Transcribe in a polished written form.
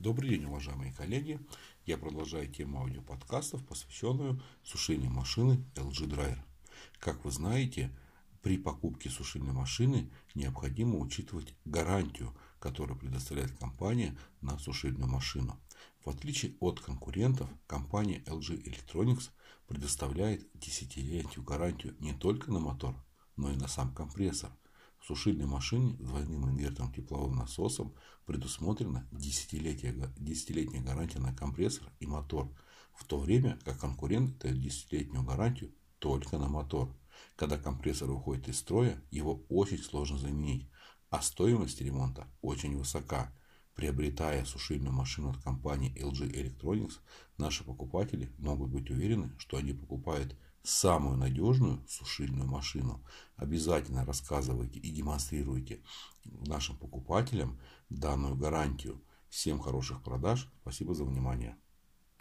Добрый день, уважаемые коллеги! Я продолжаю тему аудиоподкастов, посвященную сушильной машины LG Dryer. Как вы знаете, при покупке сушильной машины необходимо учитывать гарантию, которую предоставляет компания на сушильную машину. В отличие от конкурентов, компания LG Electronics предоставляет десятилетнюю гарантию не только на мотор, но и на сам компрессор. В сушильной машине с двойным инвертным тепловым насосом предусмотрена десятилетняя гарантия на компрессор и мотор, в то время как конкурент дает десятилетнюю гарантию только на мотор. Когда компрессор выходит из строя, его очень сложно заменить, а стоимость ремонта очень высока. Приобретая сушильную машину от компании LG Electronics, наши покупатели могут быть уверены, что они покупают самую надежную сушильную машину. Обязательно рассказывайте и демонстрируйте нашим покупателям данную гарантию. Всем хороших продаж. Спасибо за внимание.